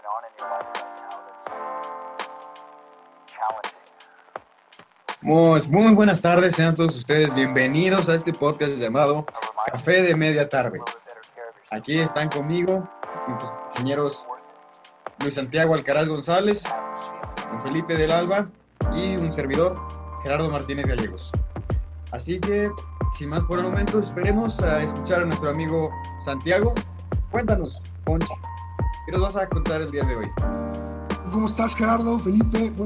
going on in your life right now that's challenging. Muy buenas tardes, sean todos ustedes bienvenidos a este podcast llamado Café de Media Tarde. Aquí están conmigo mis compañeros Luis Santiago Alcaraz González, don Felipe del Alba y un servidor, Gerardo Martínez Gallegos. Así que, sin más por el momento, esperemos a escuchar a nuestro amigo Santiago. Cuéntanos, Ponch, ¿qué nos vas a contar el día de hoy? ¿Cómo estás, Gerardo? Felipe, buen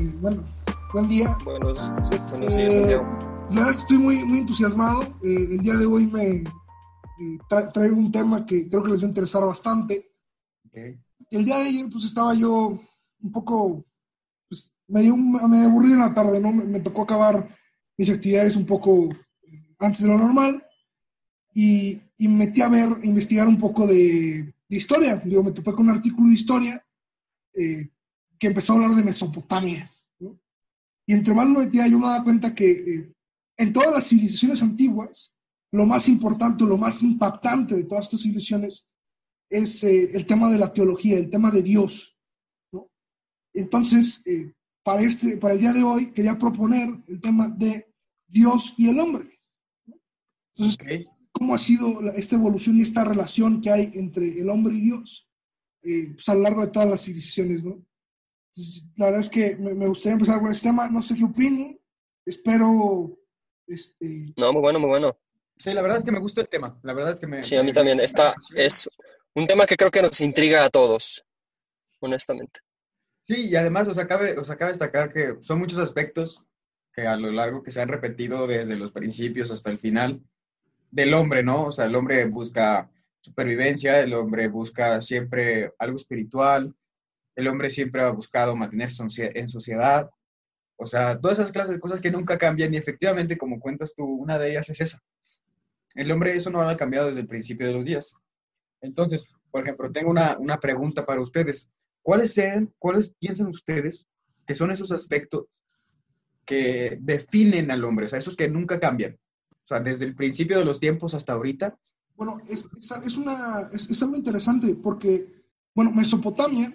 día. Buenos días, Santiago. La verdad es que estoy muy entusiasmado. El día de hoy me traigo un tema que creo que les va a interesar bastante. Okay. El día de ayer, pues, estaba yo un poco, pues, medio aburrido en la tarde, ¿no? Me tocó acabar mis actividades un poco antes de lo normal y me metí a investigar un poco de historia. Me topé con un artículo de historia que empezó a hablar de Mesopotamia, ¿no? Y entre más me metía, yo me daba cuenta que en todas las civilizaciones antiguas, lo más importante, lo más impactante de todas estas civilizaciones es el tema de la teología, el tema de Dios, ¿no? Entonces, para el día de hoy, quería proponer el tema de Dios y el hombre. Entonces, Okay. ¿cómo ha sido esta evolución y esta relación que hay entre el hombre y Dios pues a lo largo de todas las civilizaciones, ¿no? Entonces, la verdad es que me gustaría empezar con este tema. No sé qué opinen. Espero... No, muy bueno. Sí, la verdad es que me gusta el tema. La verdad es que Sí, a mí también. Es un tema que creo que nos intriga a todos, honestamente. Sí, y además cabe destacar que son muchos aspectos que a lo largo que se han repetido desde los principios hasta el final del hombre, ¿no? O sea, el hombre busca supervivencia, el hombre busca siempre algo espiritual, el hombre siempre ha buscado mantenerse en sociedad, o sea, todas esas clases de cosas que nunca cambian y efectivamente, como cuentas tú, una de ellas es esa. El hombre eso no lo ha cambiado desde el principio de los días. Entonces, por ejemplo, tengo una pregunta para ustedes. ¿Cuáles piensan ustedes que son esos aspectos que definen al hombre? O sea, esos que nunca cambian. O sea, desde el principio de los tiempos hasta ahorita. Bueno, es algo interesante porque, bueno, Mesopotamia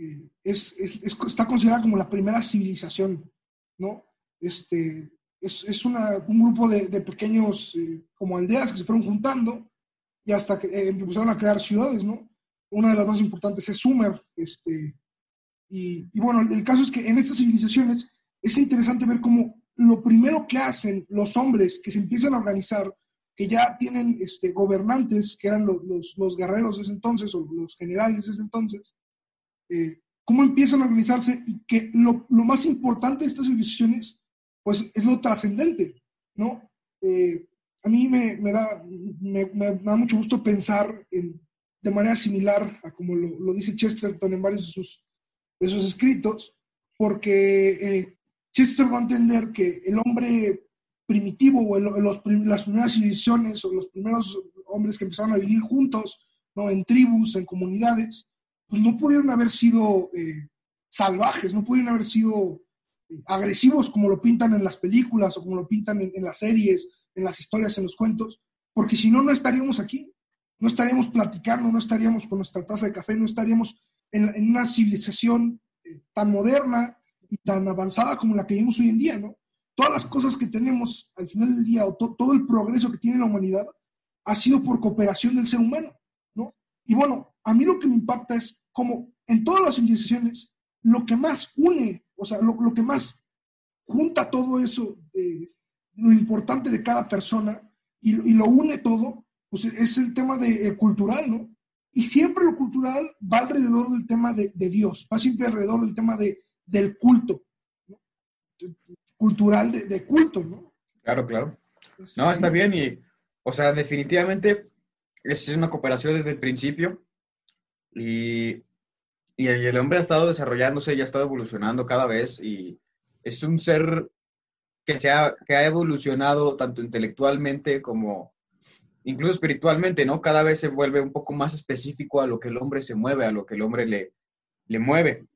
está considerada como la primera civilización, ¿no? Es un grupo de pequeños como aldeas que se fueron juntando y hasta que empezaron a crear ciudades, ¿no? Una de las más importantes es Sumer. Y bueno, el caso es que en estas civilizaciones es interesante ver cómo lo primero que hacen los hombres que se empiezan a organizar, que ya tienen gobernantes, que eran los guerreros de ese entonces, o los generales de ese entonces, cómo empiezan a organizarse y que lo más importante de estas civilizaciones, pues, es lo trascendente, ¿no? A mí me da mucho gusto pensar de manera similar a como lo dice Chesterton en varios de sus escritos, porque Chesterton va a entender que el hombre primitivo o las primeras civilizaciones o los primeros hombres que empezaron a vivir juntos, ¿no? En tribus, en comunidades, pues no pudieron haber sido salvajes, no pudieron haber sido agresivos como lo pintan en las películas o como lo pintan en las series, en las historias, en los cuentos, porque si no, no estaríamos aquí, no estaríamos platicando, no estaríamos con nuestra taza de café, no estaríamos en una civilización tan moderna y tan avanzada como la que vivimos hoy en día, ¿no? Todas las cosas que tenemos al final del día, o todo el progreso que tiene la humanidad, ha sido por cooperación del ser humano, ¿no? Y bueno, a mí lo que me impacta es como en todas las civilizaciones, lo que más une, o sea, lo que más junta todo eso, lo importante de cada persona, y lo une todo, pues es el tema cultural, ¿no? Y siempre lo cultural va alrededor del tema de Dios, va siempre alrededor del tema del culto, ¿no? Cultural de culto, ¿no? Claro. No, está bien y, o sea, definitivamente es una cooperación desde el principio y el hombre ha estado desarrollándose y ha estado evolucionando cada vez y es un ser que ha evolucionado tanto intelectualmente como incluso espiritualmente, ¿no? Cada vez se vuelve un poco más específico a lo que el hombre se mueve, a lo que el hombre le mueve.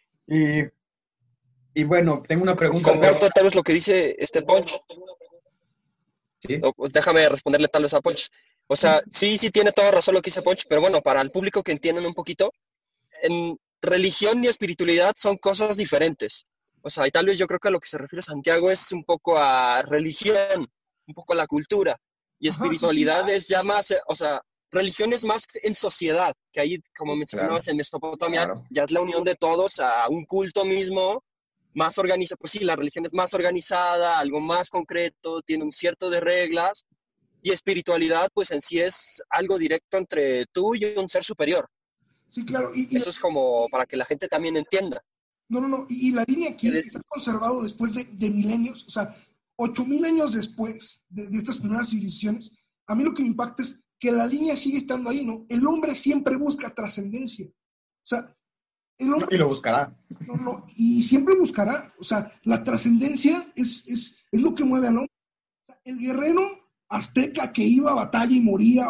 Y bueno, tengo una pregunta. Comparto tal vez lo que dice Ponch. ¿Sí? Pues déjame responderle tal vez a Ponch. O sea, sí tiene toda razón lo que dice Ponch, pero bueno, para el público que entiendan un poquito, religión y espiritualidad son cosas diferentes. O sea, y tal vez yo creo que a lo que se refiere Santiago es un poco a religión, un poco a la cultura, y Ajá, sí, sí. espiritualidad es ya más, o sea, religión es más en sociedad, que ahí, como Claro, mencionabas en Mesopotamia, claro. ya es la unión de todos a un culto mismo, más organizado. Pues sí, la religión es más organizada, algo más concreto, tiene un cierto de reglas, y espiritualidad, pues en sí es algo directo entre tú y un ser superior. Sí, claro. Eso es como para que la gente también entienda. No. Y la línea aquí se ha Eres, conservado después de milenios, o sea, 8.000 años después de estas primeras civilizaciones. A mí lo que me impacta es que la línea sigue estando ahí, ¿no? El hombre siempre busca trascendencia. O sea, el No, y hombre lo buscará. y siempre buscará. O sea, la trascendencia es lo que mueve al hombre. El guerrero azteca que iba a batalla y moría,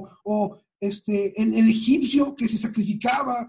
el egipcio que se sacrificaba,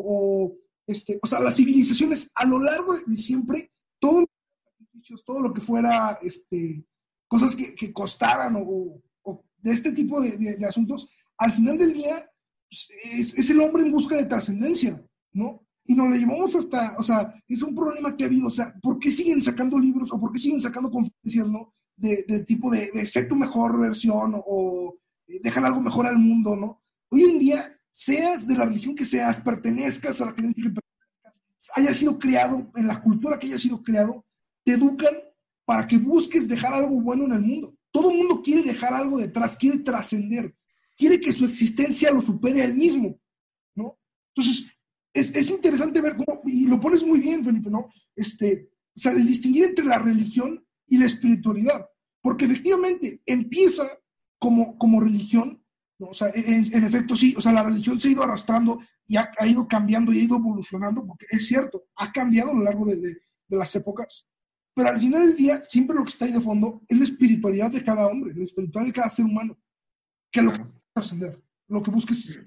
o sea, las civilizaciones a lo largo de siempre, todos los sacrificios, todo lo que fuera, cosas que costaran o de este tipo de asuntos, al final del día pues, es el hombre en busca de trascendencia, ¿no? Y nos lo llevamos hasta, o sea, es un problema que ha habido, o sea, ¿por qué siguen sacando libros o por qué siguen sacando conferencias, ¿no? De tipo de ser tu mejor versión o dejar algo mejor al mundo, ¿no? Hoy en día, seas de la religión que seas, pertenezcas a la creencia que pertenezcas, haya sido creado, en la cultura que haya sido creado, te educan para que busques dejar algo bueno en el mundo. Todo el mundo quiere dejar algo detrás, quiere trascender, quiere que su existencia lo supere a él mismo, ¿no? Entonces, es interesante ver cómo, y lo pones muy bien, Felipe, ¿no? O sea, el distinguir entre la religión y la espiritualidad, porque efectivamente empieza como religión, ¿no? O sea, en efecto sí, o sea, la religión se ha ido arrastrando y ha ido cambiando y ha ido evolucionando, porque es cierto, ha cambiado a lo largo de las épocas, pero al final del día, siempre lo que está ahí de fondo es la espiritualidad de cada hombre, la espiritualidad de cada ser humano, que es lo que busca trascender, lo que busca es,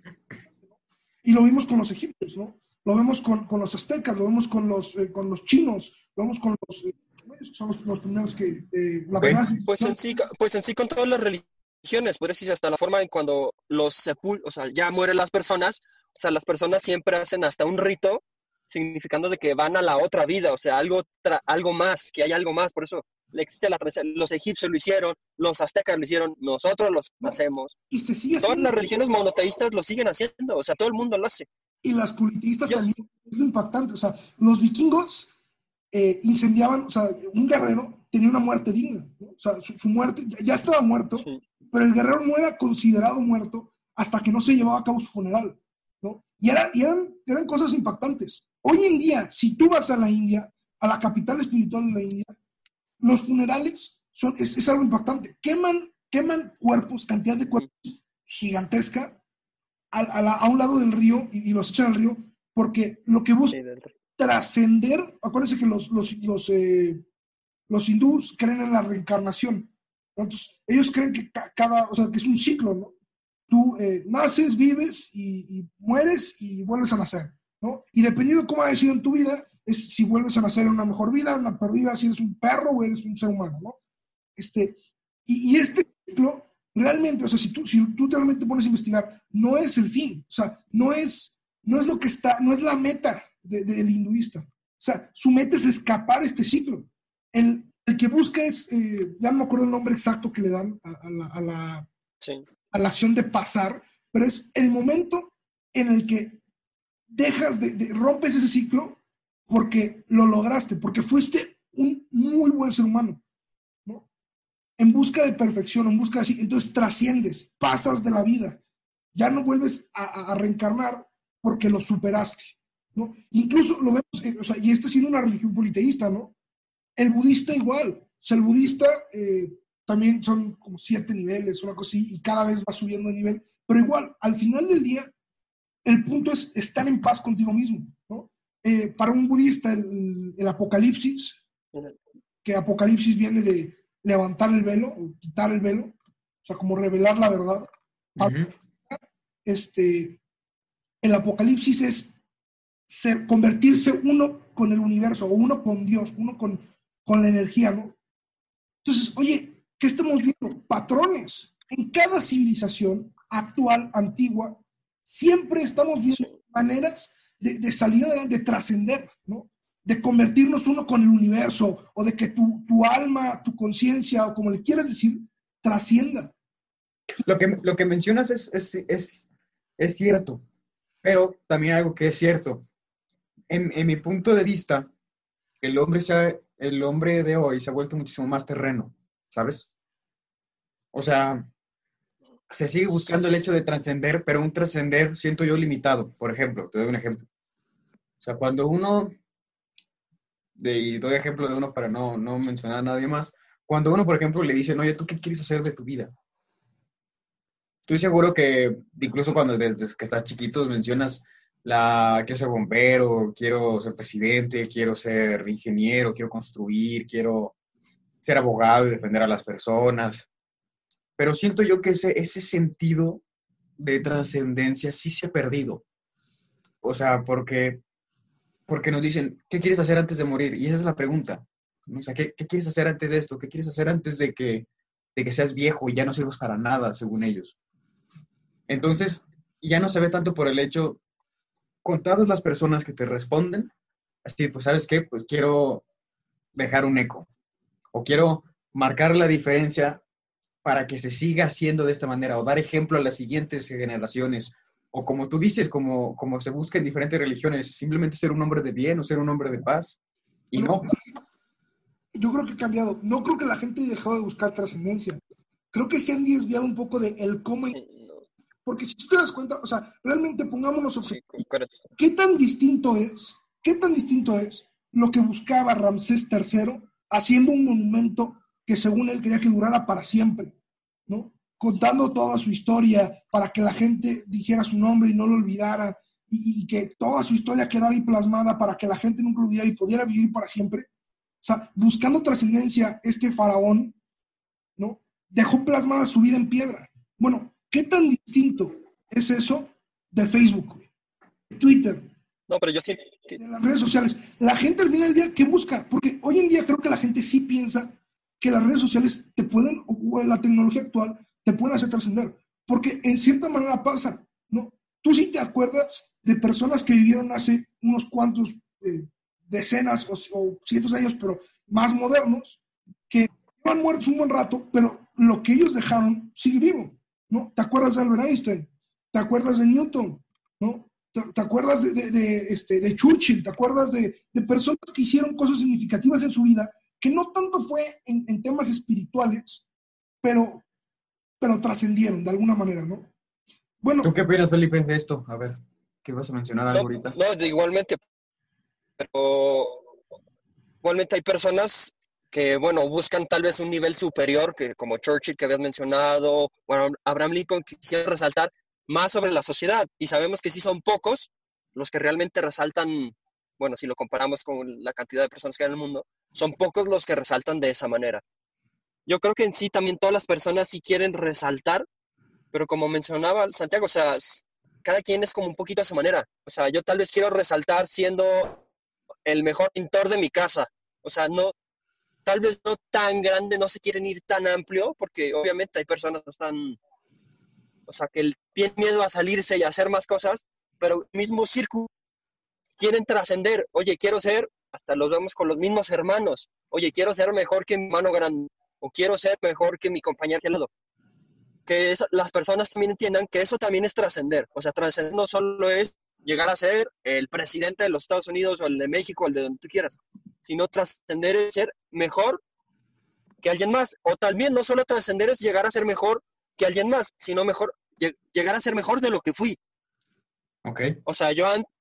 y lo vimos con los egipcios, ¿no? Lo vemos con los aztecas, lo vemos con los chinos, lo vemos con que son los primeros que, la Okay. primera civilización. pues en sí con todas las religiones, por decir, hasta la forma en cuando o sea, ya mueren las personas, o sea, las personas siempre hacen hasta un rito, significando de que van a la otra vida, o sea, algo más, que hay algo más, por eso existe la tradición. Los egipcios lo hicieron, los aztecas lo hicieron, nosotros lo No, hacemos. y se sigue Todas haciendo. las religiones monoteístas lo siguen haciendo, o sea, todo el mundo lo hace. Y las politeístas Yo, también, es lo impactante. O sea, los vikingos incendiaban, o sea, un guerrero tenía una muerte digna, ¿no? O sea, su muerte, ya estaba muerto, sí. pero el guerrero no era considerado muerto hasta que no se llevaba a cabo su funeral, ¿no? Y eran cosas impactantes. Hoy en día, si tú vas a la India, a la capital espiritual de la India, los funerales es algo impactante. Queman cuerpos, cantidad de cuerpos gigantesca a un lado del río y los echan al río porque lo que buscan es trascender. Acuérdense que los hindús creen en la reencarnación. Entonces, ellos creen que o sea, que es un ciclo, ¿no? Tú naces, vives y mueres y vuelves a nacer, ¿no? Y dependiendo de cómo haya sido en tu vida, es si vuelves a nacer en una mejor vida, en una peor vida, si eres un perro o eres un ser humano, ¿no? Y este ciclo, realmente, o sea, si tú realmente pones a investigar, no es el fin, o sea, no es lo que está, no es la meta del hinduista. O sea, su meta es escapar este ciclo. El que busca es, ya no me acuerdo el nombre exacto que le dan Sí. a la acción de pasar, pero es el momento en el que dejas rompes ese ciclo porque lo lograste, porque fuiste un muy buen ser humano, ¿no? En busca de perfección, en busca de así, entonces trasciendes, pasas de la vida, ya no vuelves a reencarnar porque lo superaste, ¿no? Incluso lo vemos, o sea, y siendo una religión politeísta, ¿no? El budista igual, o sea, el budista también son como 7 niveles, una cosa así, y cada vez va subiendo de nivel, pero igual, al final del día, el punto es estar en paz contigo mismo, ¿no? Para un budista, el apocalipsis, que apocalipsis viene de levantar el velo, o quitar el velo, o sea, como revelar la verdad. Uh-huh. El apocalipsis es convertirse uno con el universo, o uno con Dios, uno con la energía, ¿no? Entonces, oye, ¿qué estamos viendo? Patrones. En cada civilización actual, antigua, siempre estamos viendo maneras de salir adelante, de trascender, ¿no? De convertirnos uno con el universo, o de que tu alma, tu conciencia, o como le quieras decir, trascienda. Lo que mencionas es cierto, pero también algo que es cierto. En mi punto de vista, el hombre de hoy se ha vuelto muchísimo más terreno, ¿sabes? O sea, se sigue buscando el hecho de trascender, pero un trascender, siento yo, limitado. Por ejemplo, te doy un ejemplo. O sea, cuando uno, y doy ejemplo de uno para no mencionar a nadie más, cuando uno, por ejemplo, le dicen, oye, ¿tú qué quieres hacer de tu vida? Estoy seguro que incluso cuando desde que estás chiquito mencionas quiero ser bombero, quiero ser presidente, quiero ser ingeniero, quiero construir, quiero ser abogado y defender a las personas. Pero siento yo que ese sentido de trascendencia sí se ha perdido. O sea, porque nos dicen, ¿qué quieres hacer antes de morir? Y esa es la pregunta. O sea, ¿qué quieres hacer antes de esto? ¿Qué quieres hacer antes de que seas viejo y ya no sirvas para nada, según ellos? Entonces, ya no se ve tanto por el hecho, contadas las personas que te responden, así, pues, ¿sabes qué? Pues quiero dejar un eco, o quiero marcar la diferencia para que se siga haciendo de esta manera, o dar ejemplo a las siguientes generaciones, o como tú dices, como se busca en diferentes religiones, simplemente ser un hombre de bien o ser un hombre de paz, y Bueno, no. yo creo que ha cambiado. No creo que la gente haya dejado de buscar trascendencia. Creo que se han desviado un poco de el cómo. Sí, no, Porque si tú te das cuenta, o sea, realmente pongámonos sí, objetivos. concuerdo. ¿Qué tan distinto es lo que buscaba Ramsés III haciendo un monumento que según él quería que durara para siempre, ¿no? Contando toda su historia para que la gente dijera su nombre y no lo olvidara, y que toda su historia quedara ahí plasmada para que la gente nunca lo olvidara y pudiera vivir para siempre. O sea, buscando trascendencia, este faraón, ¿no? Dejó plasmada su vida en piedra. Bueno, ¿qué tan distinto es eso de Facebook, de Twitter, No, pero yo sí, de las redes sociales? La gente al final del día, ¿qué busca? Porque hoy en día creo que la gente sí piensa que las redes sociales te pueden, o la tecnología actual, te pueden hacer trascender. Porque en cierta manera pasa, ¿no? Tú sí te acuerdas de personas que vivieron hace unos cuantos decenas o cientos de años, pero más modernos, que llevan muertos un buen rato, pero lo que ellos dejaron sigue vivo, ¿no? ¿Te acuerdas de Albert Einstein? ¿Te acuerdas de Newton? ¿No? ¿Te acuerdas de Churchill? ¿Te acuerdas de personas que hicieron cosas significativas en su vida, que no tanto fue en temas espirituales, pero trascendieron de alguna manera, ¿no? Bueno, ¿Tú qué opinas, Felipe, de esto? A ver, ¿qué vas a mencionar algo ahorita? igualmente, pero igualmente hay personas que, bueno, buscan tal vez un nivel superior, que como Churchill que habías mencionado, bueno, Abraham Lincoln, quisiera resaltar más sobre la sociedad, y sabemos que sí son pocos los que realmente resaltan, bueno, si lo comparamos con la cantidad de personas que hay en el mundo, son pocos los que resaltan de esa manera. Yo creo que en sí también todas las personas sí quieren resaltar, pero como mencionaba Santiago, o sea, cada quien es como un poquito a su manera. O sea, yo tal vez quiero resaltar siendo el mejor pintor de mi casa. O sea, no, tal vez no tan grande, no se quieren ir tan amplio, porque obviamente hay personas que están, o sea, que tienen miedo a salirse y a hacer más cosas, pero el mismo círculo quieren trascender. Oye, quiero ser, hasta los vemos con los mismos hermanos. Oye, quiero ser mejor que mi hermano grande, o quiero ser mejor que mi compañero al lado. Que eso, las personas también entiendan que eso también es trascender. O sea, trascender no solo es llegar a ser el presidente de los Estados Unidos o el de México, o el de donde tú quieras, sino trascender es ser mejor que alguien más. O también no solo trascender es llegar a ser mejor que alguien más, sino mejor, llegar a ser mejor de lo que fui. Ok. O sea, yo antes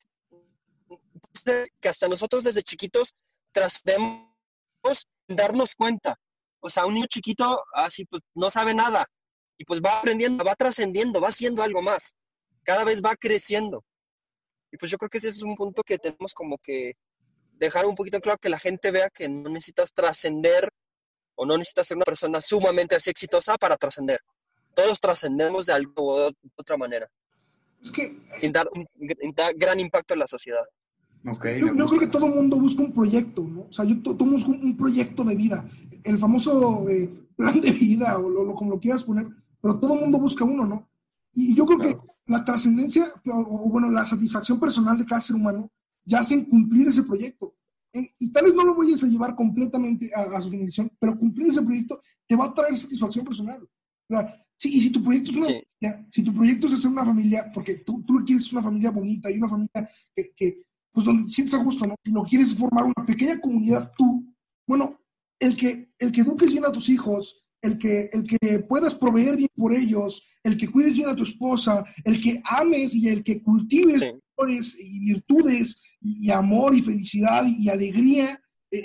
que hasta nosotros desde chiquitos trascendemos darnos cuenta. O sea, un niño chiquito así pues no sabe nada y pues va aprendiendo, va trascendiendo, va haciendo algo más. Cada vez va creciendo. Y pues yo creo que ese es un punto que tenemos como que dejar un poquito claro, que la gente vea que no necesitas trascender o no necesitas ser una persona sumamente así exitosa para trascender. Todos trascendemos de alguna u otra manera, es que sin dar un gran impacto en la sociedad. Ok, yo creo que todo el mundo busca un proyecto, ¿no? O sea, todo busca un proyecto de vida. El famoso plan de vida, o como lo quieras poner, pero todo el mundo busca uno, ¿no? Y yo creo que Claro. la trascendencia, bueno, la satisfacción personal de cada ser humano yace en cumplir ese proyecto. Y tal vez no lo vayas a llevar completamente a su finalización, pero cumplir ese proyecto te va a traer satisfacción personal. O sea, sí, y si tu proyecto es una Sí, familia, si tu proyecto es hacer una familia, porque tú lo quieres una familia bonita y una familia pues donde te sientes a gusto, ¿no? Y lo quieres formar una pequeña comunidad tú, bueno, el que eduques bien a tus hijos, el que puedas proveer bien por ellos, el que cuides bien a tu esposa, el que ames y el que cultives sí, valores y virtudes y amor y felicidad y alegría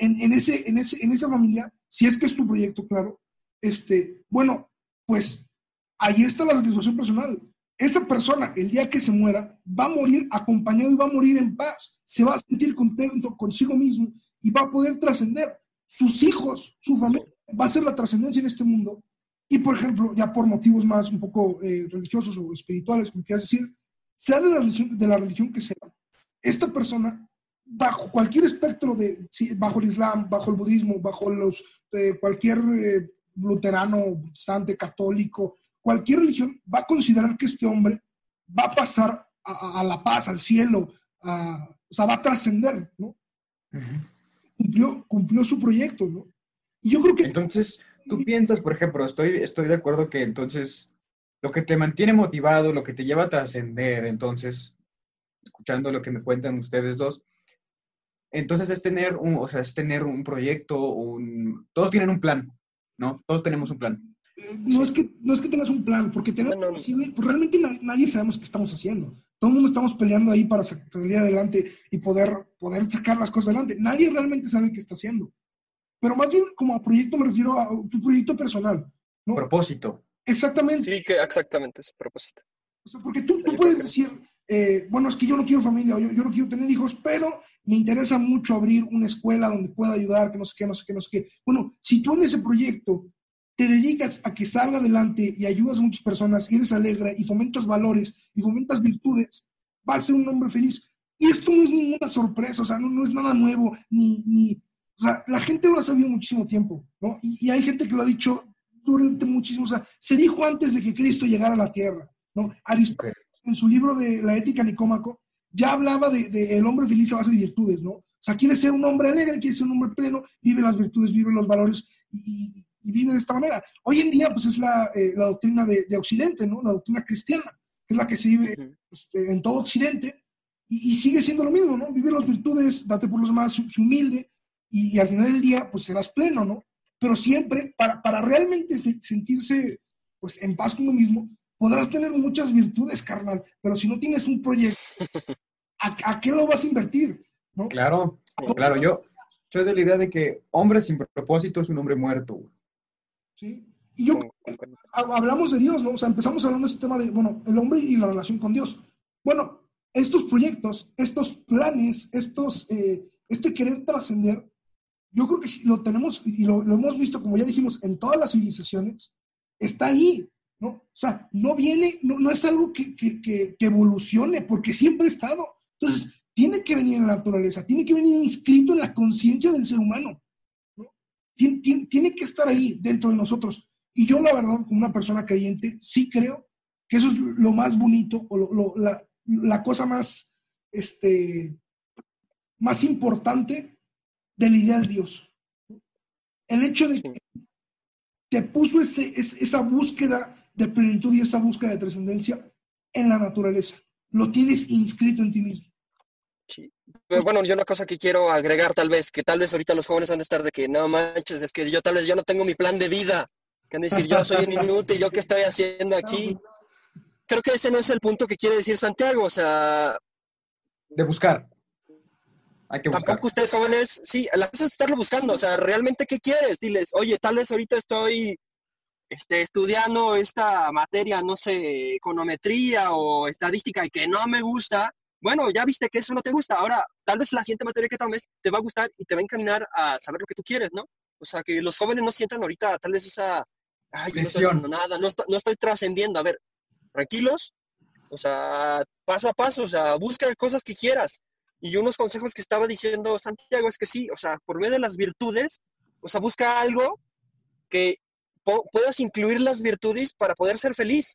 en esa familia, si es que es tu proyecto, claro, bueno, pues ahí está la satisfacción personal. Esa persona, el día que se muera, va a morir acompañado y va a morir en paz. Se va a sentir contento consigo mismo y va a poder trascender. Sus hijos, su sí, familia, va a ser la trascendencia en este mundo. Y, por ejemplo, ya por motivos más un poco religiosos o espirituales, como quieras decir, sea de la religión que sea, esta persona, bajo cualquier espectro bajo el Islam, bajo el budismo, bajo cualquier luterano, protestante, católico, cualquier religión, va a considerar que este hombre va a pasar a la paz, al cielo, o sea, va a trascender, ¿no? Ujú. Cumplió su proyecto, ¿no? Y yo creo que Entonces, tú piensas, por ejemplo, estoy de acuerdo que entonces lo que te mantiene motivado, lo que te lleva a trascender, entonces, escuchando lo que me cuentan ustedes dos, entonces o sea, es tener un proyecto, todos tienen un plan, ¿no? Todos tenemos un plan. sí. no es que tengas un plan, porque tenemos, Bueno, sí, pues realmente nadie sabemos qué estamos haciendo. Todo el mundo estamos peleando ahí para salir adelante y poder sacar las cosas adelante. Nadie realmente sabe qué está haciendo. Pero más bien como a proyecto me refiero a tu proyecto personal, ¿no? Propósito. Exactamente. sí, que exactamente ese propósito. O sea, porque O sea, tú yo creo puedes que decir, bueno, es que yo no quiero familia, o yo no quiero tener hijos, pero me interesa mucho abrir una escuela donde pueda ayudar, que no sé qué, no sé qué, no sé qué. Bueno, si tú en ese proyecto te dedicas a que salga adelante y ayudas a muchas personas, y eres alegre y fomentas valores y fomentas virtudes, vas a ser un hombre feliz. Y esto no es ninguna sorpresa, o sea, no es nada nuevo, o sea, la gente lo ha sabido muchísimo tiempo, ¿no? Y hay gente que lo ha dicho durante muchísimo, o sea, se dijo antes de que Cristo llegara a la tierra, ¿no? Ok. Aristóteles, en su libro de La Ética Nicómaco, ya hablaba de el hombre feliz a base de virtudes, ¿no? O sea, quiere ser un hombre alegre, quiere ser un hombre pleno, vive las virtudes, vive los valores y vive de esta manera. Hoy en día, pues es la doctrina de Occidente, ¿no? La doctrina cristiana, que es la que se vive ujú, pues, en todo Occidente y sigue siendo lo mismo, ¿no? Vivir las virtudes, date por los demás, su humilde y al final del día, pues serás pleno, ¿no? Pero siempre, para realmente sentirse pues en paz con uno mismo, podrás tener muchas virtudes, carnal, pero si no tienes un proyecto, ¿a qué lo vas a invertir? ¿No? Claro, sí, claro, yo soy de la idea de que hombre sin propósito es un hombre muerto, güey. ¿Sí? Y yo concuerdo. hablamos de Dios, ¿no? O sea, empezamos hablando de este tema de, bueno, el hombre y la relación con Dios. Bueno, estos proyectos, estos planes, este querer trascender, yo creo que si lo tenemos y lo hemos visto, como ya dijimos, en todas las civilizaciones, está ahí, ¿no? O sea, no viene, no es algo que evolucione, porque siempre ha estado. Entonces, tiene que venir en la naturaleza, tiene que venir inscrito en la conciencia del ser humano, ¿no? Tiene que estar ahí dentro de nosotros. Y yo, la verdad, como una persona creyente, sí creo que eso es lo más bonito o la cosa más importante de la idea de Dios. El hecho de Sí, que te puso esa búsqueda de plenitud y esa búsqueda de trascendencia en la naturaleza. Lo tienes inscrito en ti mismo. sí. Pero bueno, yo una cosa que quiero agregar tal vez, que tal vez ahorita los jóvenes van a estar de que no manches, es que yo tal vez yo no tengo mi plan de vida. Que van a decir, yo soy un inútil, yo qué estoy haciendo aquí. Creo que ese no es el punto que quiere decir Santiago, o sea, De buscar, hay que buscar. tampoco ustedes jóvenes, sí, la cosa es estarlo buscando, o sea, realmente qué quieres, diles, oye, tal vez ahorita estoy estudiando esta materia, no sé, econometría o estadística y que no me gusta, bueno, ya viste que eso no te gusta, ahora tal vez la siguiente materia que tomes te va a gustar y te va a encaminar a saber lo que tú quieres, ¿no? O sea, que los jóvenes no sientan ahorita tal vez esa, ay, yo no estoy haciendo Presión. nada, no estoy trascendiendo, a ver, tranquilos, o sea, paso a paso, o sea, busca cosas que quieras. Y unos consejos que estaba diciendo Santiago es que sí, o sea, por medio de las virtudes, o sea, busca algo que puedas incluir las virtudes para poder ser feliz.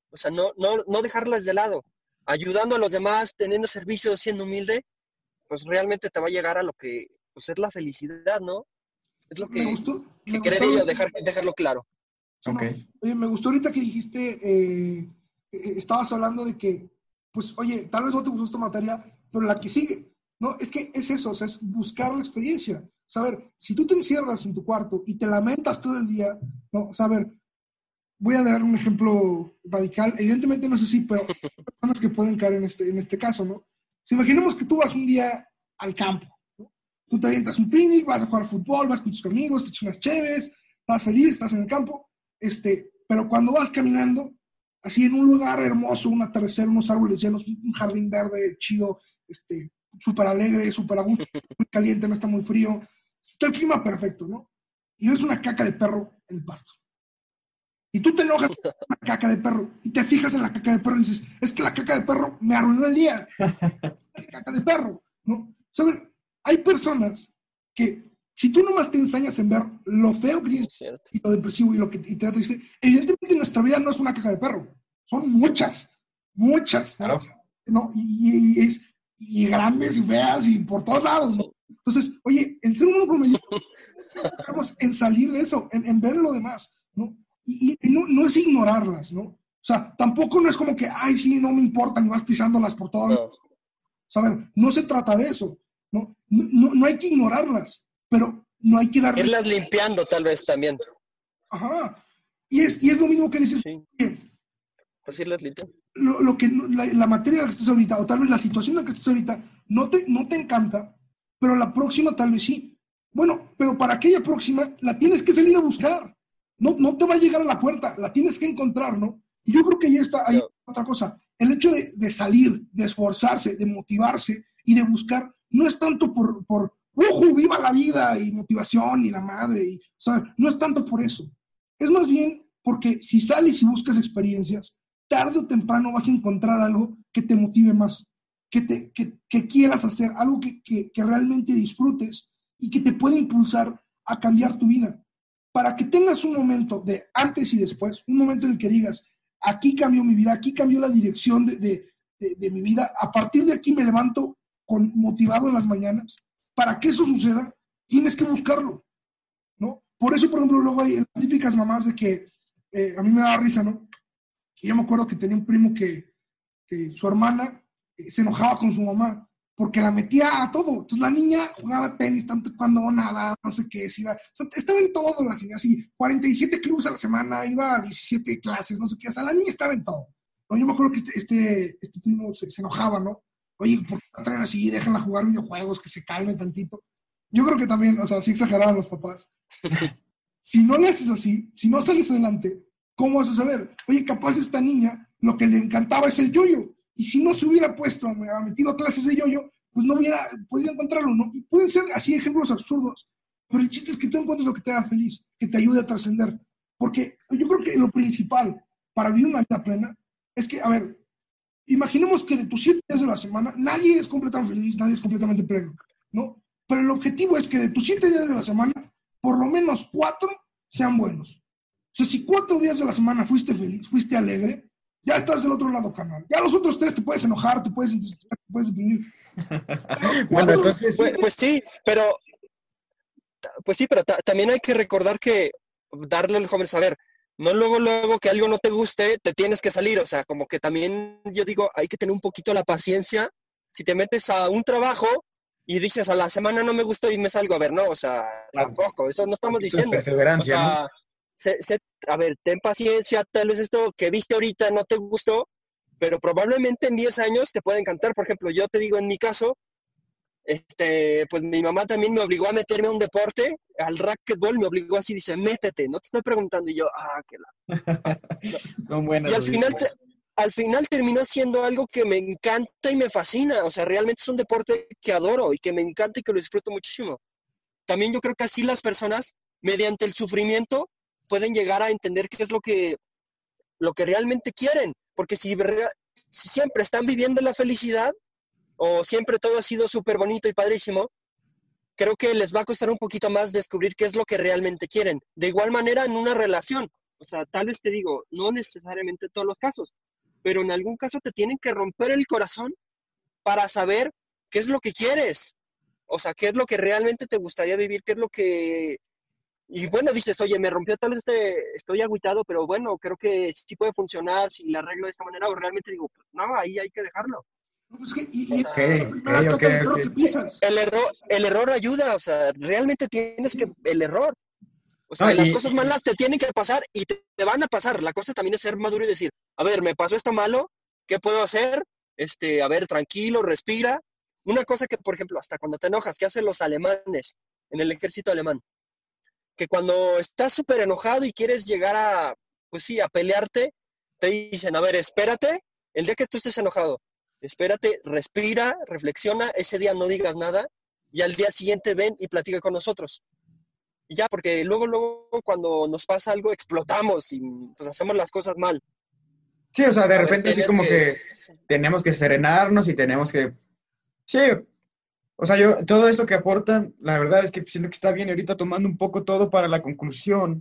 O sea, no dejarlas de lado. Ayudando a los demás, teniendo servicios, siendo humilde, pues realmente te va a llegar a lo que pues, es la felicidad, ¿no? Es lo Me que, gustó, me que gustó. quería yo dejarlo claro. Sí, no. Ok. Oye, me gustó ahorita que dijiste, estabas hablando de que, pues, oye, tal vez no te gustó esta materia, pero la que sigue, ¿no? Es que es eso, o sea, es buscar la experiencia. Saber, si tú te encierras en tu cuarto y te lamentas todo el día, ¿no? Saber, voy a dar un ejemplo radical, evidentemente no es así, pero hay personas que pueden caer en este caso, ¿no? Si imaginemos que tú vas un día al campo, ¿no? Tú te avientas un picnic, vas a jugar fútbol, vas con tus amigos, te echas unas cheves, estás feliz, estás en el campo, pero cuando vas caminando, así en un lugar hermoso, un atardecer, unos árboles llenos, un jardín verde chido, súper alegre, súper a gusto, muy caliente, no está muy frío, está el clima perfecto, ¿no? Y ves una caca de perro en el pasto. Y tú te enojas con la caca de perro y te fijas en la caca de perro y dices, es que la caca de perro me arruinó el día. La caca de perro, ¿no? ¿Sabes? Hay personas que si tú nomás te ensañas en ver lo feo que tienes y lo depresivo y lo que y te dice, evidentemente nuestra vida no es una caca de perro, son muchas, muchas, ¿no? Claro. ¿No? Y grandes y feas y por todos lados, ¿no? Entonces, oye, el ser humano promedio estamos en salir de eso, en ver lo demás, ¿no? Y no es ignorarlas, ¿no? O sea, tampoco no es como que, ay, sí, no me importa, ni vas pisándolas por todo. No. O sea, a ver, no se trata de eso, ¿no? No hay que ignorarlas, pero no hay que darle... Irlas limpiando tal vez también. Ajá. Y es lo mismo que dices, Sí. que Pues irlas limpiando. lo que la materia en la que estás ahorita, o tal vez la situación en la que estás ahorita, no te encanta, pero la próxima tal vez sí. Bueno, pero para aquella próxima la tienes que salir a buscar. No te va a llegar a la puerta, la tienes que encontrar, ¿no? Y yo creo que ahí está otra cosa. El hecho de salir, de esforzarse, de motivarse y de buscar, no es tanto por viva la vida y motivación y la madre, o sea, no es tanto por eso. Es más bien porque si sales y buscas experiencias, tarde o temprano vas a encontrar algo que te motive más, que quieras hacer, algo que realmente disfrutes y que te pueda impulsar a cambiar tu vida. Para que tengas un momento de antes y después, un momento en el que digas, aquí cambió mi vida, aquí cambió la dirección de mi vida, a partir de aquí me levanto motivado en las mañanas. Para que eso suceda, tienes que buscarlo, ¿no? Por eso, por ejemplo, luego hay las típicas mamás de que a mí me da risa, ¿no? Que yo me acuerdo que tenía un primo que su hermana se enojaba con su mamá porque la metía a todo. Entonces la niña jugaba tenis, tanto cuando nada, no sé qué, o sea, estaba en todo, así 47 clubes a la semana, iba a 17 clases, no sé qué, o sea, la niña estaba en todo. ¿No? Yo me acuerdo que este primo se enojaba, ¿no? Oye, ¿por qué la traen así? Déjenla jugar videojuegos, que se calme tantito. Yo creo que también, o sea, sí exageraban los papás. Si no le haces así, si no sales adelante, ¿cómo vas a saber? Oye, capaz esta niña lo que le encantaba es el yoyo. Y si no se hubiera metido a clases de yoyo, pues no hubiera podido encontrarlo, ¿no? Y pueden ser así ejemplos absurdos, pero el chiste es que tú encuentres lo que te haga feliz, que te ayude a trascender. Porque yo creo que lo principal para vivir una vida plena es que, a ver, imaginemos que de tus 7 días de la semana, nadie es completamente feliz, nadie es completamente pleno, ¿no? Pero el objetivo es que de tus 7 días de la semana, por lo menos 4 sean buenos. O sea, si 4 días de la semana fuiste feliz, fuiste alegre, ya estás del otro lado, carnal. Ya los otros 3 te puedes enojar, te puedes deprimir. Bueno, entonces... Pues sí, pero también hay que recordar que darle al joven saber, no luego que algo no te guste, te tienes que salir. O sea, como que también yo digo, hay que tener un poquito la paciencia. Si te metes a un trabajo y dices, a la semana no me gustó y me salgo, a ver, no, o sea, tampoco, eso no estamos diciendo. O sea, ¿no? A ver, ten paciencia, tal vez esto que viste ahorita no te gustó, pero probablemente en 10 años te puede encantar. Por ejemplo, yo te digo en mi caso, pues mi mamá también me obligó a meterme a un deporte, al racquetball, me obligó así, dice, métete, no te estoy preguntando, y yo, Son buenas. Y al final terminó siendo algo que me encanta y me fascina. O sea, realmente es un deporte que adoro y que me encanta y que lo disfruto muchísimo. También yo creo que así las personas, mediante el sufrimiento, pueden llegar a entender qué es lo que realmente quieren. Porque si siempre están viviendo la felicidad o siempre todo ha sido súper bonito y padrísimo, creo que les va a costar un poquito más descubrir qué es lo que realmente quieren. De igual manera en una relación. O sea, tal vez te digo, no necesariamente en todos los casos, pero en algún caso te tienen que romper el corazón para saber qué es lo que quieres. O sea, qué es lo que realmente te gustaría vivir, qué es lo que... Y bueno, dices, oye, me rompió tal vez estoy agüitado, pero bueno, creo que sí puede funcionar si la arreglo de esta manera, o realmente digo, pues no, ahí hay que dejarlo. No, pues que, O y Ok, es la sea, primera ok, capa de ok. error que pisas. el error ayuda, o sea, realmente tienes que, Sí, el error, o No, sea, las cosas malas te tienen que pasar y te van a pasar. La cosa también es ser maduro y decir, a ver, me pasó esto malo, ¿qué puedo hacer? A ver, tranquilo, respira. Una cosa que, por ejemplo, hasta cuando te enojas, ¿qué hacen los alemanes en el ejército alemán? Que cuando estás súper enojado y quieres llegar a, pues sí, a pelearte, te dicen, a ver, espérate, el día que tú estés enojado, espérate, respira, reflexiona, ese día no digas nada y al día siguiente ven y platica con nosotros. Y ya, porque luego, cuando nos pasa algo, explotamos y pues hacemos las cosas mal. sí, o sea, de A ver, repente sí tienes como que... que tenemos que serenarnos y tenemos que, sí, o sea, yo, todo eso que aportan, la verdad es que siento que está bien. Y ahorita tomando un poco todo para la conclusión,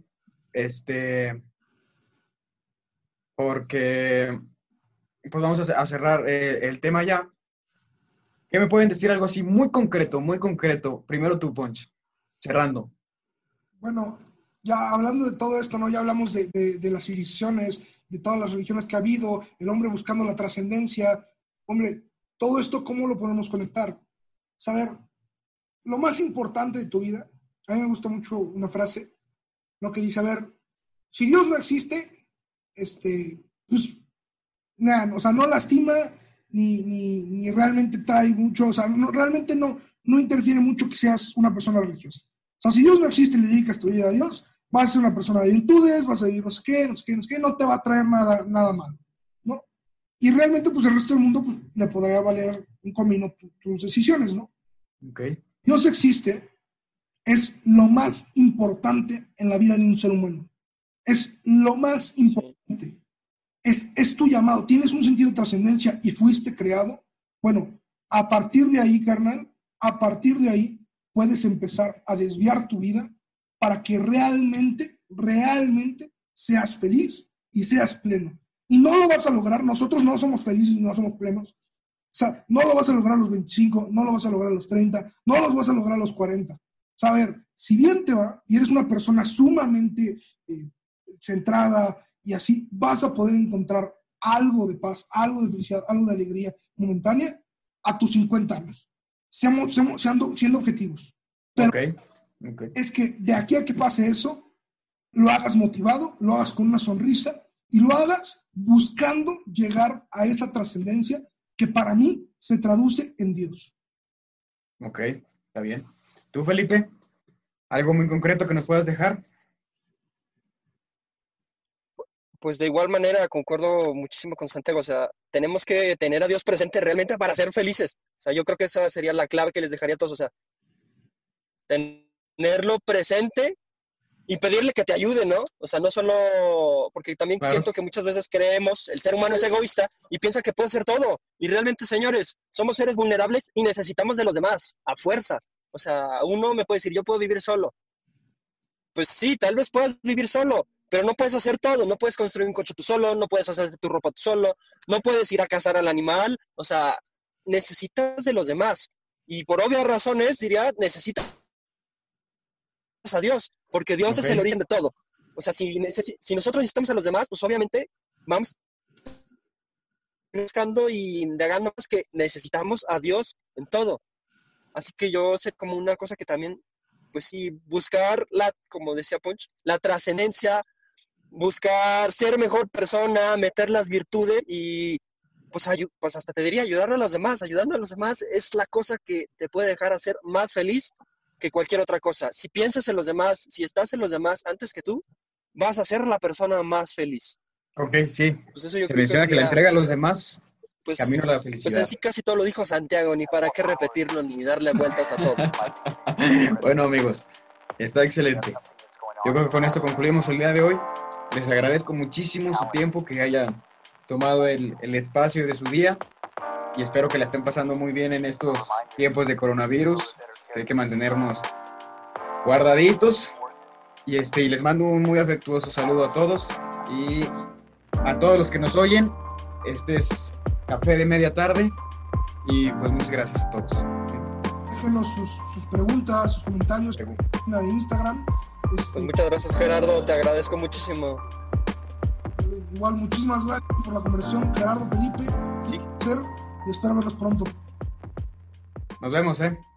porque, pues vamos a cerrar el tema ya. ¿Qué me pueden decir algo así muy concreto, muy concreto? Primero tú, Punch, cerrando. bueno, ya hablando de todo esto, ¿no? Ya hablamos de las civilizaciones, de todas las religiones que ha habido, el hombre buscando la trascendencia. Hombre, todo esto, ¿cómo lo podemos conectar? Saber, lo más importante de tu vida, a mí me gusta mucho una frase, ¿no? Que dice, a ver, si Dios no existe, pues, nada, o sea, no lastima ni realmente trae mucho, o sea, realmente no interfiere mucho que seas una persona religiosa. O sea, si Dios no existe y le dedicas tu vida a Dios, vas a ser una persona de virtudes, vas a vivir no sé qué, no sé qué, no sé qué, no te va a traer nada malo, ¿no? Y realmente, pues el resto del mundo, pues le podría valer un comino tus decisiones, ¿no? Ok, Dios existe, es lo más importante en la vida de un ser humano. Es lo más Sí, importante. Es tu llamado. Tienes un sentido de trascendencia y fuiste creado. Bueno, a partir de ahí, carnal, a partir de ahí puedes empezar a desviar tu vida para que realmente seas feliz y seas pleno. Y no lo vas a lograr. Nosotros no somos felices y no somos plenos. O sea, no lo vas a lograr a los 25, no lo vas a lograr a los 30, no los vas a lograr a los 40. O sea, a ver, si bien te va y eres una persona sumamente centrada y así, vas a poder encontrar algo de paz, algo de felicidad, algo de alegría momentánea a tus 50 años. Siendo objetivos. Pero ok, ok. es que de aquí a que pase eso, lo hagas motivado, lo hagas con una sonrisa y lo hagas buscando llegar a esa trascendencia que para mí se traduce en Dios. Ok, está bien. ¿Tú, Felipe? ¿Algo muy concreto que nos puedas dejar? pues de igual manera concuerdo muchísimo con Santiago, o sea, tenemos que tener a Dios presente realmente para ser felices. O sea, yo creo que esa sería la clave que les dejaría a todos, o sea, tenerlo presente y pedirle que te ayude, ¿no? O sea, no solo, porque también Claro. siento que muchas veces creemos, el ser humano es egoísta y piensa que puede ser todo. Y realmente, señores, somos seres vulnerables y necesitamos de los demás, a fuerzas. O sea, uno me puede decir, yo puedo vivir solo. Pues sí, tal vez puedas vivir solo, pero no puedes hacer todo. No puedes construir un coche tú solo, no puedes hacer tu ropa tú solo, no puedes ir a cazar al animal. O sea, necesitas de los demás. Y por obvias razones, diría, necesitas a Dios, porque Dios Ok, es el origen de todo. O sea, si nosotros necesitamos a los demás, pues obviamente vamos buscando y indagando más que necesitamos a Dios en todo. Así que yo sé como una cosa que también, pues sí, buscar como decía Punch, la trascendencia, buscar ser mejor persona, meter las virtudes y pues hasta te diría ayudar a los demás. Ayudando a los demás es la cosa que te puede dejar a ser más feliz que cualquier otra cosa. Si piensas en los demás, si estás en los demás antes que tú, vas a ser la persona más feliz. ok, sí. Pues eso yo Se creo que menciona que la sería, entrega a los demás, camino a pues, la pues en felicidad. sí casi todo lo dijo Santiago, ni para qué repetirlo ni darle vueltas a todo. Bueno, amigos, está excelente. Yo creo que con esto concluimos el día de hoy. Les agradezco muchísimo su tiempo, que hayan tomado el espacio de su día y espero que la estén pasando muy bien en estos tiempos de coronavirus. Hay que mantenernos guardaditos y les mando un muy afectuoso saludo a todos y a todos los que nos oyen. Este es Café de Media Tarde y pues muchas gracias a todos. Déjenos sus preguntas, sus comentarios en la página de Instagram. Pues muchas gracias, Gerardo, te agradezco muchísimo. Igual, muchísimas gracias por la conversación, Gerardo, Felipe. Sí. Y espero verlos pronto. Nos vemos,